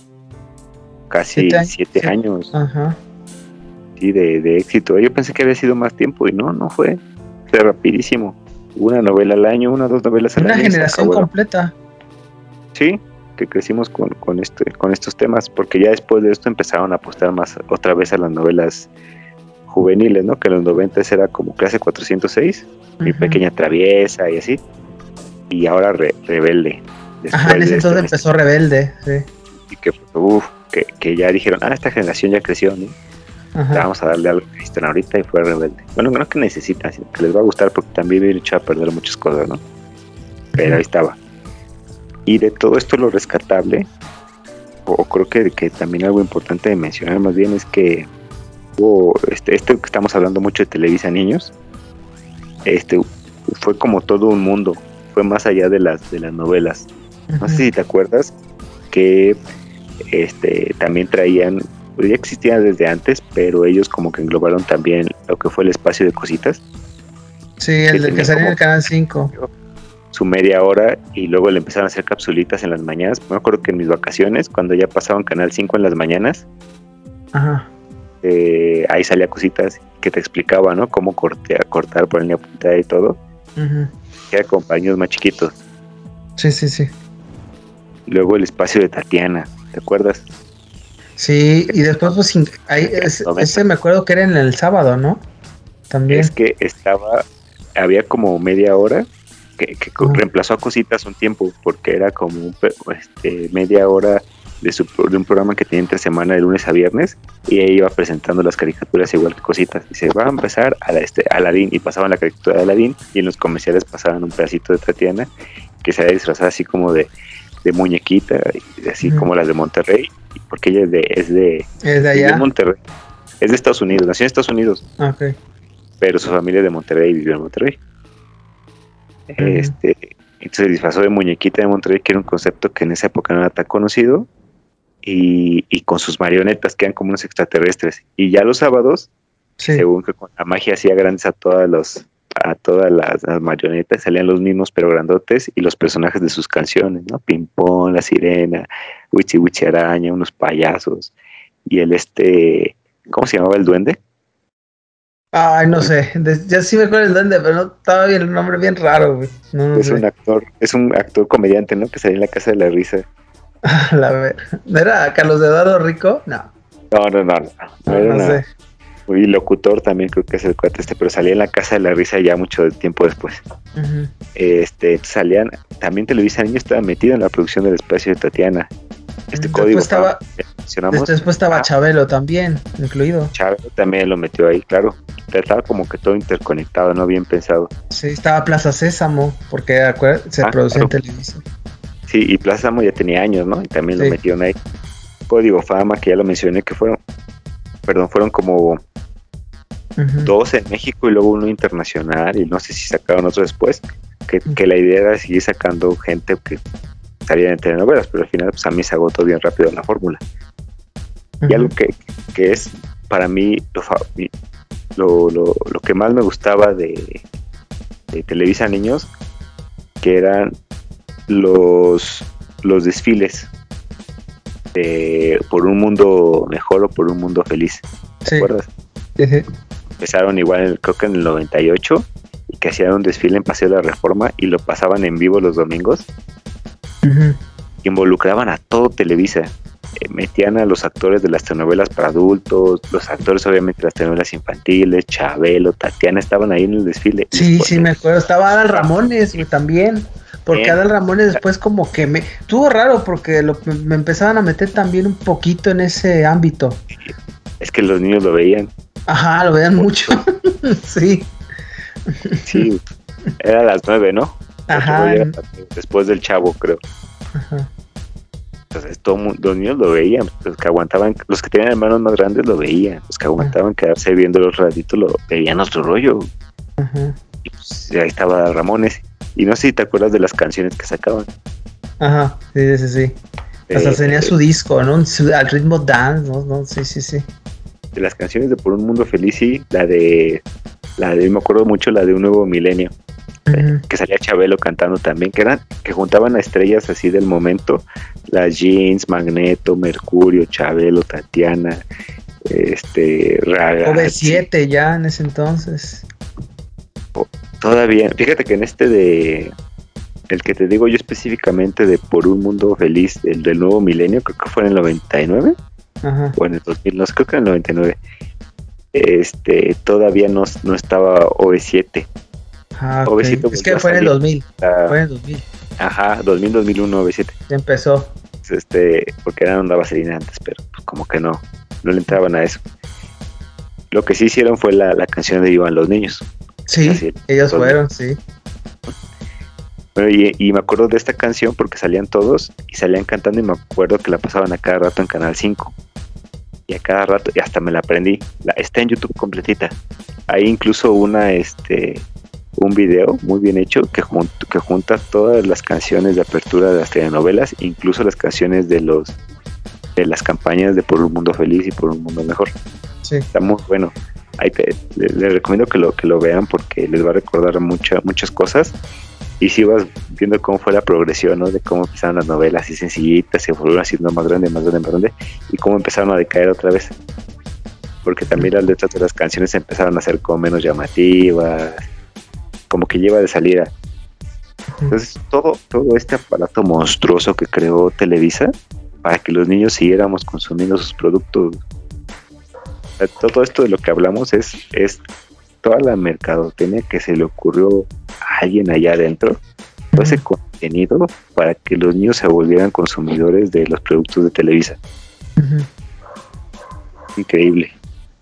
casi Siete años. siete Sí. años Ajá. sí, de, de éxito. Yo pensé que había sido más tiempo y no, no fue, fue rapidísimo. Una novela al año, una o dos novelas al Una año y se generación acabó. completa. Sí, que crecimos con, con, este, con estos temas, porque ya después de esto empezaron a apostar más otra vez a las novelas juveniles, ¿no? Que en los noventa era como Clase cuatrocientos seis, Mi Ujú. Pequeña Traviesa y así, y ahora re, Rebelde. Ajá, en ese De esto, entonces empezó Rebelde, sí. y que, uf, que, que ya dijeron, ah, esta generación ya creció, ¿no? Ajá. Vamos a darle algo que necesitan ahorita y fue Rebelde. Bueno, no que necesitan, sino que les va a gustar porque también viene echado a perder muchas cosas, ¿no? Pero ahí estaba. Y de todo esto lo rescatable, o, o creo que, que también algo importante de mencionar más bien es que hubo, este, este que estamos hablando mucho de Televisa Niños, este fue como todo un mundo, fue más allá de las, de las novelas. No Ujú. sé si te acuerdas que este también traían, pues ya existía desde antes, pero ellos como que englobaron también lo que fue el espacio de cositas, Sí, que el de que tenía salía en como el Canal cinco. su media hora y luego le empezaron a hacer capsulitas en las mañanas. Me acuerdo que en mis vacaciones, cuando ya pasaban Canal cinco en las mañanas, Ajá. eh, ahí salía cositas que te explicaba, ¿no? Cómo cortar, cortar, ponerle a puntada y todo. Ujú. Que era con paños más chiquitos. Sí, sí, sí. Luego el espacio de Tatiana, ¿te acuerdas? Sí, y después pues sin- ahí, es- ese me acuerdo que era en el sábado, ¿no? También. Es que estaba, había como media hora que, que Ajá. reemplazó a Cositas un tiempo, porque era como un, este, media hora de, su, de un programa que tenía entre semana de lunes a viernes, y ella iba presentando las caricaturas igual que Cositas. Y se va a empezar a la, este, Aladín, y pasaban la caricatura de Aladín, y en los comerciales pasaban un pedacito de Tatiana, que se había disfrazado así como de, de muñequita, y así Ujú. como las de Monterrey, porque ella es de, es de, Es de es de allá. Monterrey, es de Estados Unidos, nació en Estados Unidos, Ok. pero su familia es de Monterrey y vivió en Monterrey. Ujú. Este, entonces se disfrazó de muñequita de Monterrey, que era un concepto que en esa época no era tan conocido, y, y con sus marionetas, que eran como unos extraterrestres. Y ya los sábados, Sí. según que con la magia hacía grandes a todas los a todas las, las marionetas, salían los mismos pero grandotes, y los personajes de sus canciones, ¿no? Pimpón, la sirena, Wichi Wichi Araña, unos payasos, y el este, ¿cómo se llamaba el duende? Ay, no sé. De- ya sí me acuerdo el duende, pero no estaba bien el nombre bien raro, güey. No, no Es un sé. actor, es un actor comediante, ¿no? Que salía en La Casa de la Risa. La ver. ¿No era Carlos Eduardo Rico? No. No, no, no, no, no No, era no una, sé. y locutor también creo que es el cuate este, pero salía en La Casa de la Risa ya mucho tiempo después. Ujú. Este, salían, también Televisa Niños estaba metido en la producción del espacio de Tatiana. Este Después código estaba, que mencionamos, después estaba ah, Chabelo también, incluido. Chávez también lo metió ahí, claro. Estaba como que todo interconectado, no bien pensado. Sí, estaba Plaza Sésamo, porque acuer- se Ah, producía claro. en Televisa. Sí, y Plaza Amo ya tenía años, ¿no? Y también Sí. lo metieron ahí. Código Fama, que ya lo mencioné, que fueron, perdón, fueron como Ujú. dos en México y luego uno internacional, y no sé si sacaron otro después, que, que la idea era seguir sacando gente que salía en telenovelas, pero al final pues a mí se agotó bien rápido la fórmula. Ujú. Y algo que, que es para mí lo fa- mi, lo, lo, lo que más me gustaba de, de Televisa Niños, que eran los, los desfiles de Por un Mundo Mejor o Por un Mundo Feliz. ¿Te sí. acuerdas? Uh-huh. Empezaron igual, creo que en el noventa y ocho, y que hacían un desfile en Paseo de la Reforma y lo pasaban en vivo los domingos. Uh-huh. Involucraban a todo Televisa. Eh, metían a los actores de las telenovelas para adultos, los actores obviamente de las telenovelas infantiles, Chabelo, Tatiana, estaban ahí en el desfile. Sí, después, sí, me acuerdo, estaba Adal Ramones y también, porque bien. Adal Ramones después como que me... Estuvo raro porque lo, me empezaban a meter también un poquito en ese ámbito. Es que los niños lo veían. Ajá, lo veían mucho. Sí. Sí, era a las nueve, ¿no? Ajá. Después del Chavo, creo. Ajá. Entonces todo mundo, los niños lo veían, los que aguantaban, los que tenían hermanos más grandes lo veían, los que aguantaban quedarse viendo los ratitos lo veían otro rollo. Ajá. Y pues ahí estaba Ramones. Y no sé si te acuerdas de las canciones que sacaban. Ajá, sí, sí, sí. Hasta eh, tenía eh, su disco, ¿no? Su, al ritmo dance, ¿no? ¿no? Sí, sí, sí. De las canciones de Por un Mundo Feliz, sí, la de, la de, me acuerdo mucho la de Un Nuevo Milenio. Uh-huh. Que salía Chabelo cantando también, que eran, que juntaban a estrellas así del momento, las Jeans, Magneto, Mercurio, Chabelo, Tatiana, este, Raga. O B siete ya en ese entonces. Todavía, fíjate que en este de, el que te digo yo específicamente de Por un Mundo Feliz, el del Nuevo Milenio, creo que fue en el noventa y nueve, uh-huh. o en el dos mil, no, creo que en el noventa y nueve, este, todavía no, no estaba O V siete. Ah, okay. Es que fue en el dos mil. La... Fue en el dos mil. Ajá, dos mil, dos mil uno, O V siete. Ya empezó. Este, porque eran una vaselina antes, pero pues como que no, no le entraban a eso. Lo que sí hicieron fue la, la canción de Iban los Niños. Sí, así, ellos fueron, sí. Bueno, y, y me acuerdo de esta canción porque salían todos y salían cantando y me acuerdo que la pasaban a cada rato en Canal cinco. Y a cada rato, y hasta me la aprendí. La, está en YouTube completita. Hay incluso una, este... un video muy bien hecho que, jun- que junta todas las canciones de apertura de las telenovelas, incluso las canciones de los de las campañas de Por un Mundo Feliz y Por un Mundo Mejor. Sí. Está muy bueno. Ahí te, les, les recomiendo que lo que lo vean porque les va a recordar mucha, muchas cosas y si vas viendo cómo fue la progresión, ¿no? De cómo empezaron las novelas así sencillitas, se fueron haciendo más grande, más grande, más grande y cómo empezaron a decaer otra vez. Porque también las letras de las canciones empezaron a ser como menos llamativas, como que lleva de salida. Entonces todo, todo este aparato monstruoso que creó Televisa para que los niños siguiéramos consumiendo sus productos. O sea, todo esto de lo que hablamos es, es toda la mercadotecnia que se le ocurrió a alguien allá adentro, todo ese contenido para que los niños se volvieran consumidores de los productos de Televisa. Uh-huh. Increíble.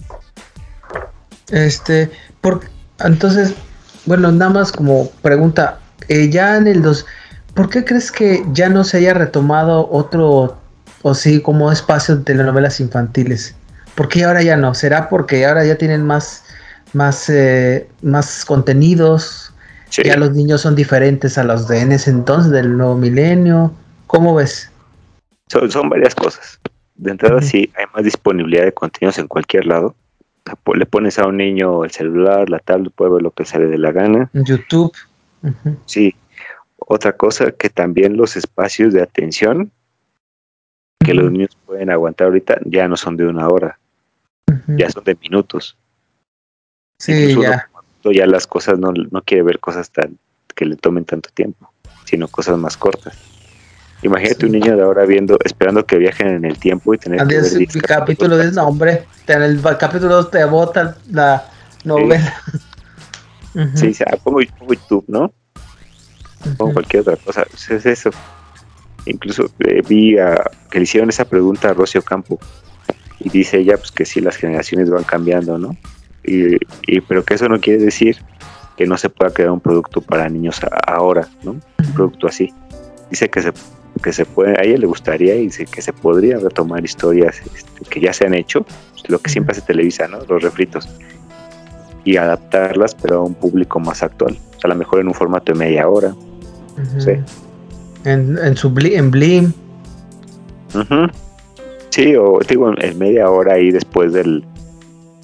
Este, por, entonces bueno, nada más como pregunta, eh, ya en el dos, ¿por qué crees que ya no se haya retomado otro, o sí, como espacio de telenovelas infantiles? ¿Por qué ahora ya no? ¿Será porque ahora ya tienen más, más, eh, más contenidos? Sí. Ya los niños son diferentes a los de en ese entonces, del Nuevo Milenio. ¿Cómo ves? Son, son varias cosas. De entrada, uh-huh. sí, hay más disponibilidad de contenidos en cualquier lado. Le pones a un niño el celular, la tablet, puede ver lo que sale de la gana. YouTube. Uh-huh. Sí. Otra cosa, que también los espacios de atención que uh-huh. los niños pueden aguantar ahorita ya no son de una hora. Uh-huh. Ya son de minutos. Sí, incluso ya. Uno, ya las cosas no, no quiere ver cosas tan que le tomen tanto tiempo, sino cosas más cortas. Imagínate sí. un niño de ahora viendo, esperando que viajen en el tiempo y tener que ver el capítulo de nombre, en el capítulo dos te bota la novela. Sí, uh-huh. sí, sí pongo, pongo YouTube, ¿no? Pongo uh-huh. cualquier otra cosa, pues es eso. Incluso eh, vi a, que le hicieron esa pregunta a Rocío Campo y dice ella pues que sí, las generaciones van cambiando, ¿no? Y, y pero que eso no quiere decir que no se pueda crear un producto para niños a, ahora, ¿no? Uh-huh. Un producto así. Dice que se que se puede, a ella le gustaría y dice que se podría retomar historias este, que ya se han hecho, lo que siempre hace Televisa, ¿no? Los refritos, y adaptarlas pero a un público más actual, o sea, a lo mejor en un formato de media hora. Uh-huh. Sí. En, en su bli, en Blim. Uh-huh. Sí, o digo en media hora ahí después del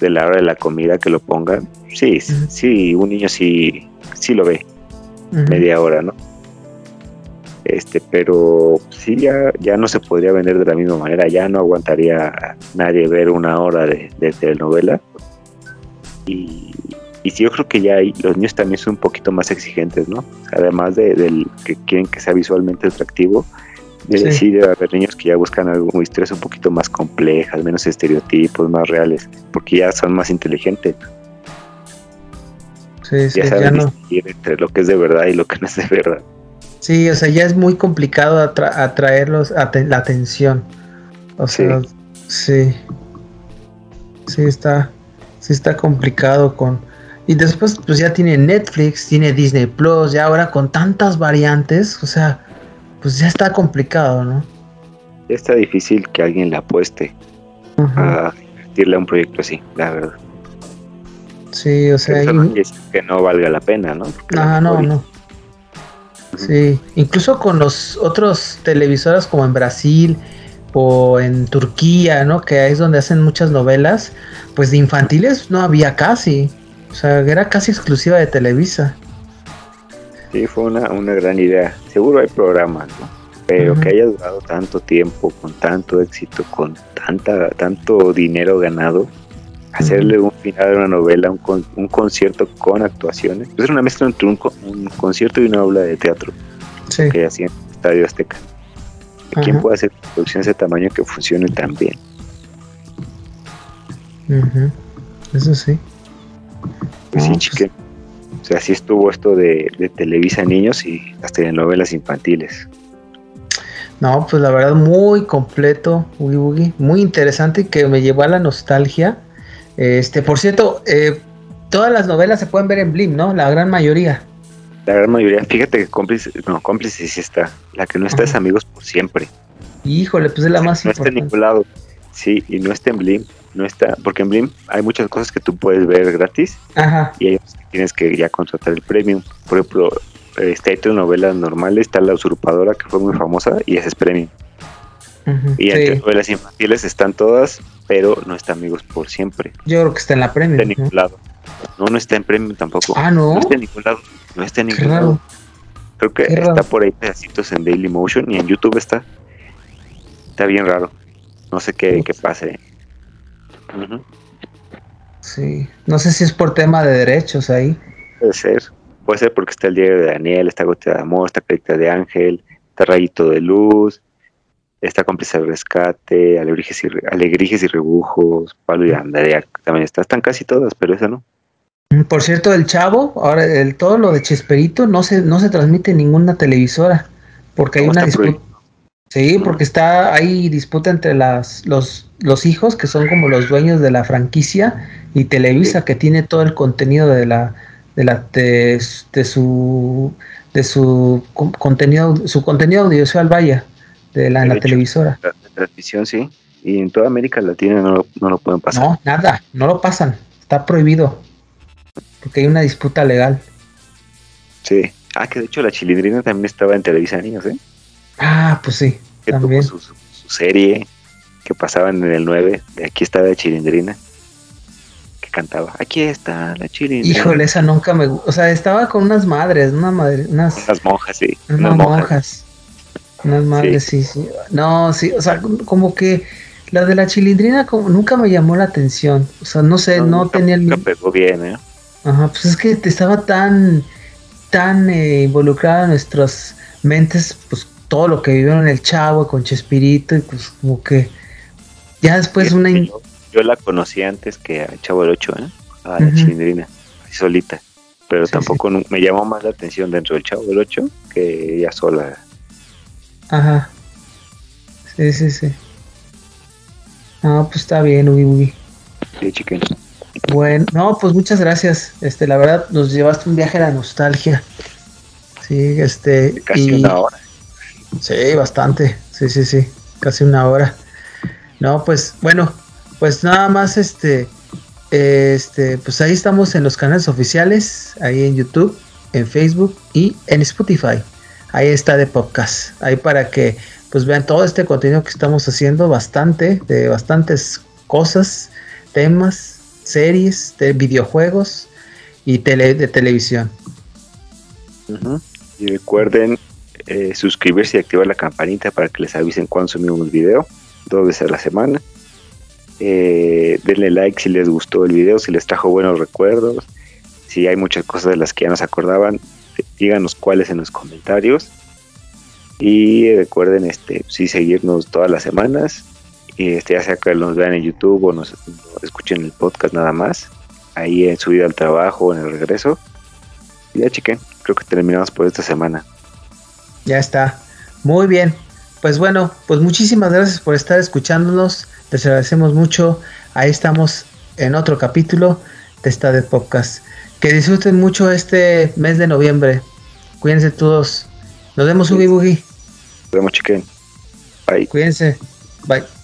de la hora de la comida que lo pongan, sí, uh-huh. sí, un niño sí, sí lo ve, uh-huh. media hora, ¿no? Este, pero sí ya, ya no se podría vender de la misma manera, ya no aguantaría nadie ver una hora de, de telenovela. Y, y sí, yo creo que ya hay, los niños también son un poquito más exigentes, ¿no? Además de, del que quieren que sea visualmente atractivo, de, sí. sí debe haber niños que ya buscan algo, historias un poquito más complejas, menos estereotipos, más reales, porque ya son más inteligentes. Sí, sí, ya saben ya no. distinguir entre lo que es de verdad y lo que no es de verdad. Sí, o sea, ya es muy complicado atra- atraerlos a te- la atención. O sea, sí. sí. Sí está, sí está complicado con. Y después, pues ya tiene Netflix, tiene Disney Plus, ya ahora con tantas variantes, o sea, pues ya está complicado, ¿no? Ya está difícil que alguien le apueste uh-huh. a invertirle a un proyecto así, la verdad. Sí, o sea, eso y... no quiere decir que no valga la pena, ¿no? Porque no, no, no. Sí, incluso con los otros televisoras como en Brasil o en Turquía, ¿no? Que es donde hacen muchas novelas, pues de infantiles no había casi, o sea, era casi exclusiva de Televisa. Sí, fue una, una gran idea. Seguro hay programas, ¿no? Pero uh-huh. que haya durado tanto tiempo, con tanto éxito, con tanta tanto dinero ganado, hacerle uh-huh. un final a una novela, un, con, un concierto con actuaciones. Es una mezcla entre un, un concierto y una obra de teatro. Sí. Que hacía en el Estadio Azteca. Uh-huh. ¿Quién puede hacer una producción de ese tamaño que funcione tan bien? Uh-huh. Eso sí. Pues no, sí, chique. Pues... O sea, así estuvo esto de, de Televisa Niños y las telenovelas infantiles. No, pues la verdad muy completo, Oogie Boogie, muy interesante y que me llevó a la nostalgia. Este, por cierto, eh, todas las novelas se pueden ver en Blim, ¿no? La gran mayoría. La gran mayoría, fíjate que cómplice, no, cómplice sí está. La que no está Ajá. es Amigos por Siempre. Híjole, pues es la o sea, más no importante. No está en ningún lado. Sí, y no está en Blim, no está, porque en Blim hay muchas cosas que tú puedes ver gratis. Ajá. Y hay otras que tienes que ya contratar el premium. Por ejemplo, este, hay telenovelas normales, está La Usurpadora, que fue muy famosa, y esa es premium. Uh-huh, y entre sí. novelas infantiles están todas, pero no está Amigos por Siempre. Yo creo que está en la premium. No está en ningún ¿no? lado. No, no está en premium tampoco. Ah, ¿no? No está en ningún lado. No está en ningún Qué lado. Raro. Creo que Qué está raro. por ahí pedacitos en Dailymotion y en YouTube está. Está bien raro. No sé qué, qué pase. Uh-huh. Sí. No sé si es por tema de derechos ahí. Puede ser. Puede ser porque está el diario de Daniel, está Gotita de Amor, está Carita de Ángel, está Rayito de Luz, está Cómplice del Rescate, Alebrijes y, Alegrijes y Rebujos, Pablo y Andrea también está. Están casi todas, pero esa no. Por cierto, el Chavo, ahora el todo lo de Chesperito no se no se transmite en ninguna televisora porque hay una disputa. Sí, porque está hay disputa entre las los los hijos que son como los dueños de la franquicia y Televisa sí. que tiene todo el contenido de la de la de, de su de su contenido su contenido audiovisual vaya de la, de la hecho, televisora. La, la transmisión sí, y en toda América Latina no lo, no lo pueden pasar. No, nada, no lo pasan, está prohibido. Porque hay una disputa legal. Sí. Ah, que de hecho la Chilindrina también estaba en Televisa Niños, ¿eh? Ah, pues sí. Que también. tuvo su, su, su serie que pasaban en el nueve. De Aquí está la Chilindrina. Que cantaba. Aquí está la Chilindrina. Híjole, esa nunca me. O sea, estaba con unas madres, una madre, unas. Unas monjas, sí. Unas, unas monjas. monjas. Unas madres, sí. sí, sí. No, sí, o sea, como que. La de la Chilindrina como, nunca me llamó la atención. O sea, no sé, no, no nunca, tenía el. Nunca pegó bien, ¿eh? Ajá, pues es que estaba tan, tan eh, involucrada en nuestras mentes, pues todo lo que vivieron el Chavo con Chespirito y pues como que ya después sí, una... In... Yo, yo la conocí antes que a Chavo el ocho, ¿eh? A la uh-huh. Chilindrina, así solita, pero sí, tampoco sí. me llamó más la atención dentro del Chavo el ocho que ella sola. Ajá, sí, sí, sí. Ah, pues está bien, Ubi Ubi. Sí, chiquen. Bueno, no, pues muchas gracias. Este, la verdad, nos llevaste un viaje a la nostalgia. Sí, este. Casi y... una hora. Sí, bastante. Sí, sí, sí. Casi una hora. No, pues, bueno, pues nada más, este. Este, pues ahí estamos en los canales oficiales, ahí en YouTube, en Facebook y en Spotify. Ahí está de podcast. Ahí para que pues vean todo este contenido que estamos haciendo, bastante, de bastantes cosas, temas. series, de videojuegos y tele, de televisión. Uh-huh. Y recuerden eh, suscribirse y activar la campanita para que les avisen cuando subimos video, dos veces a la semana. Eh, denle like si les gustó el video, si les trajo buenos recuerdos, si hay muchas cosas de las que ya nos acordaban, díganos cuáles en los comentarios. Y recuerden este sí seguirnos todas las semanas, y este, ya sea que nos vean en YouTube o nos, nos escuchen en el podcast nada más, ahí en su ida al trabajo o en el regreso. Y ya, chiquen, creo que terminamos por esta semana. Ya está, muy bien. Pues bueno, pues muchísimas gracias por estar escuchándonos, les agradecemos mucho. Ahí estamos en otro capítulo de esta de podcast. Que disfruten mucho este mes de noviembre. Cuídense todos. Nos vemos, Ugi Bugi. Nos vemos, chiquen. Bye. Cuídense. Bye.